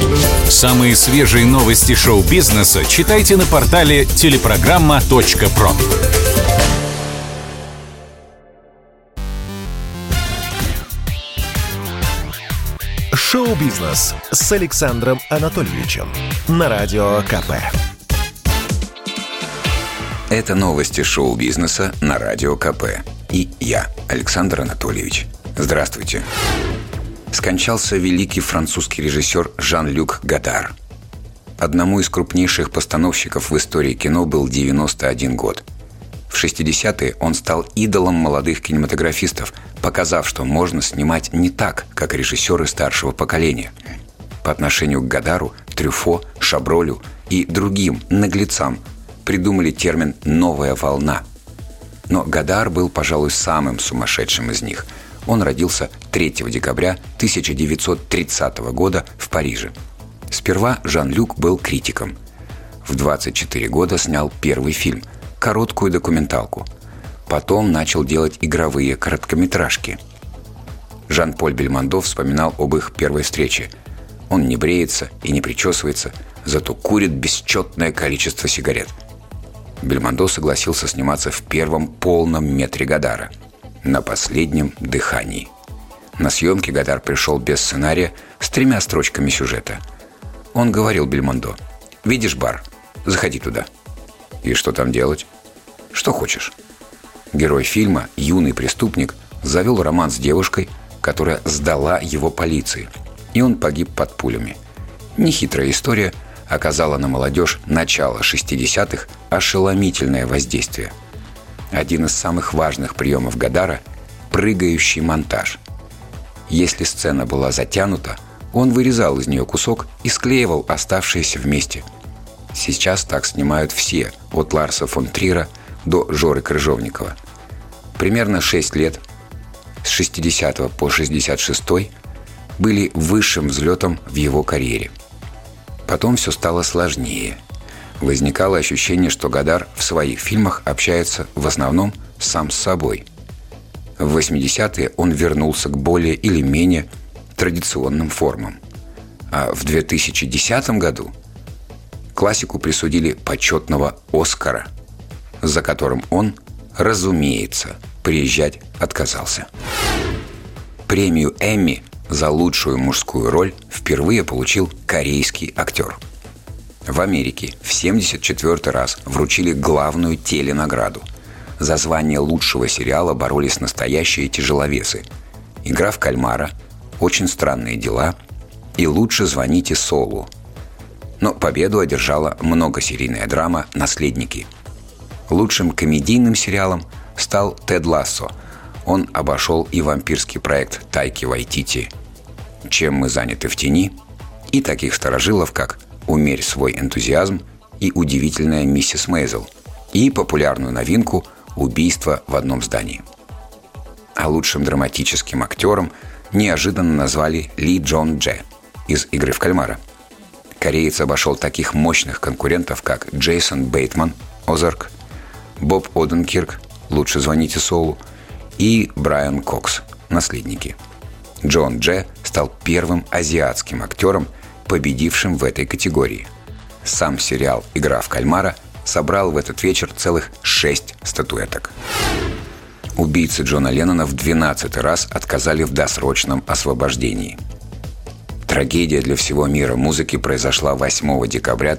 Самые свежие новости шоу-бизнеса читайте на портале телепрограмма.про. Шоу-бизнес с Александром Анатольевичем на Радио КП. Это новости шоу-бизнеса на Радио КП. И я, Александр Анатольевич. Здравствуйте. Скончался великий французский режиссер Жан-Люк Годар. Одному из крупнейших постановщиков в истории кино был 91 год. В 60-е он стал идолом молодых кинематографистов, показав, что можно снимать не так, как режиссеры старшего поколения. По отношению к Годару, Трюфо, Шабролю и другим наглецам придумали термин «новая волна». Но Годар был, пожалуй, самым сумасшедшим из них. Он родился 3 декабря 1930 года в Париже. Сперва Жан-Люк был критиком. В 24 года снял первый фильм – короткую документалку. Потом начал делать игровые короткометражки. Жан-Поль Бельмондо вспоминал об их первой встрече. Он не бреется и не причесывается, зато курит бесчетное количество сигарет. Бельмондо согласился сниматься в первом полном метре Годара – «На последнем дыхании». На съемки Годар пришел без сценария с 3 строчками сюжета. Он говорил Бельмондо: «Видишь бар? Заходи туда». «И что там делать?» «Что хочешь». Герой фильма, юный преступник, завел роман с девушкой, которая сдала его полиции, и он погиб под пулями. Нехитрая история оказала на молодежь начала 60-х ошеломительное воздействие. Один из самых важных приемов Годара – прыгающий монтаж. Если сцена была затянута, он вырезал из нее кусок и склеивал оставшиеся вместе. Сейчас так снимают все, от Ларса фон Трира до Жоры Крыжовникова. Примерно 6 лет, с 60 по 66, были высшим взлетом в его карьере. Потом все стало сложнее. Возникало ощущение, что Годар в своих фильмах общается в основном сам с собой. В 80-е он вернулся к более или менее традиционным формам. А в 2010 году классику присудили почетного «Оскара», за которым он, разумеется, приезжать отказался. Премию «Эмми» за лучшую мужскую роль впервые получил корейский актер. В Америке в 74-й раз вручили главную теленаграду. За звание лучшего сериала боролись настоящие тяжеловесы: «Игра в кальмара», «Очень странные дела» и «Лучше звоните Солу». Но победу одержала многосерийная драма «Наследники». Лучшим комедийным сериалом стал «Тед Лассо». Он обошел и вампирский проект Тайки Вайтити «Чем мы заняты в тени» и таких старожилов, как «Умерь свой энтузиазм» и «Удивительная миссис Мейзел», и популярную новинку «Убийство в одном здании». А лучшим драматическим актером неожиданно назвали Ли Джон Дже из «Игры в кальмара». Кореец обошел таких мощных конкурентов, как Джейсон Бейтман, «Озарк», Боб Оденкирк, «Лучше звоните Солу» и Брайан Кокс, «Наследники». Джон Дже стал первым азиатским актером, победившим в этой категории. Сам сериал «Игра в кальмара» собрал в этот вечер целых 6 статуэток. Убийцы Джона Леннона в 12-й раз отказали в досрочном освобождении. Трагедия для всего мира музыки произошла 8 декабря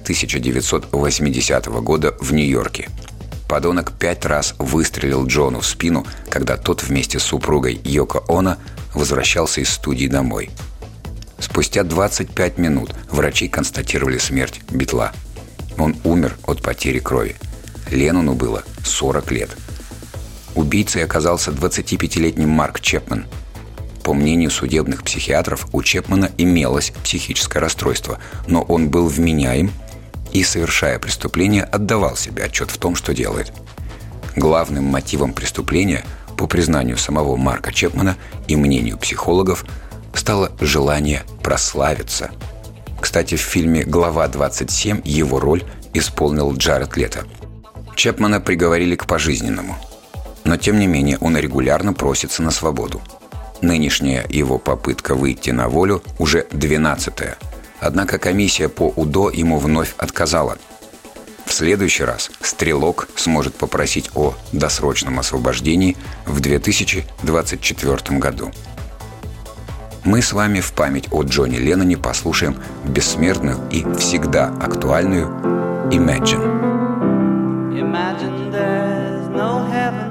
1980 года в Нью-Йорке. Подонок 5 раз выстрелил Джону в спину, когда тот вместе с супругой Йоко Оно возвращался из студии домой. Спустя 25 минут врачи констатировали смерть Битла. Он умер от потери крови. Леннону было 40 лет. Убийцей оказался 25-летний Марк Чепмен. По мнению судебных психиатров, у Чепмена имелось психическое расстройство, но он был вменяем и, совершая преступление, отдавал себе отчет в том, что делает. Главным мотивом преступления, по признанию самого Марка Чепмена и мнению психологов, стало желание прославиться. Кстати, в фильме «Глава 27» его роль исполнил Джаред Лето. Чепмена приговорили к пожизненному. Но, тем не менее, он регулярно просится на свободу. Нынешняя его попытка выйти на волю уже 12-я. Однако комиссия по УДО ему вновь отказала. В следующий раз «Стрелок» сможет попросить о досрочном освобождении в 2024 году. Мы с вами в память о Джонни Ленноне послушаем бессмертную и всегда актуальную «Imagine». Imagine there's no heaven.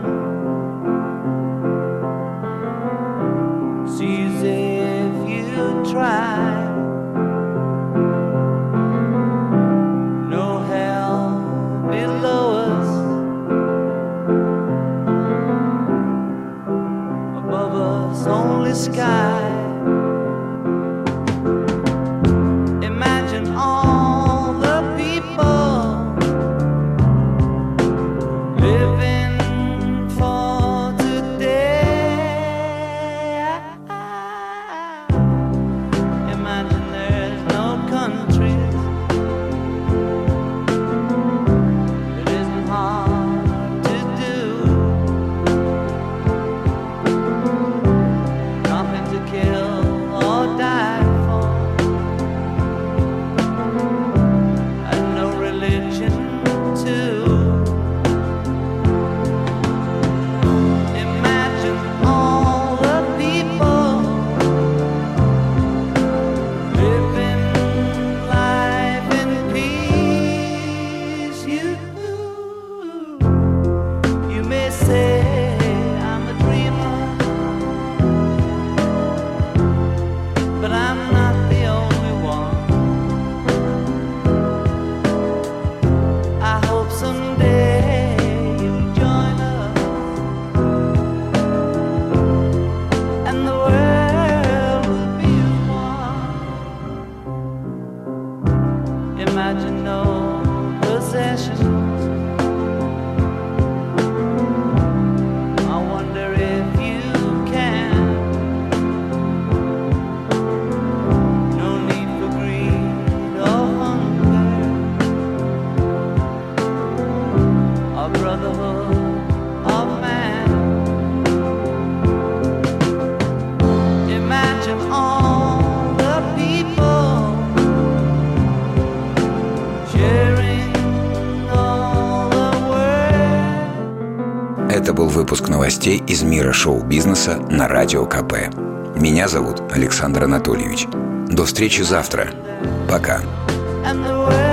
It's easy if you try. No hell below us. Above us only sky. Imagine all the people living for today. Imagine there's no countries. It isn't hard to do. Nothing to kill or die for, and no religion too. Imagine all the people living life in peace. You may say I'm a dreamer, but I'm not the only one. I hope someday you'll join us, and the world will be as one. Imagine no possessions. I wonder if you can. No need for greed or hunger, or brotherhood of man. Imagine all the people sharing all the world. Это был выпуск новостей из мира шоу-бизнеса на Радио КП. Меня зовут Александр Анатольевич. До встречи завтра. Пока. And the world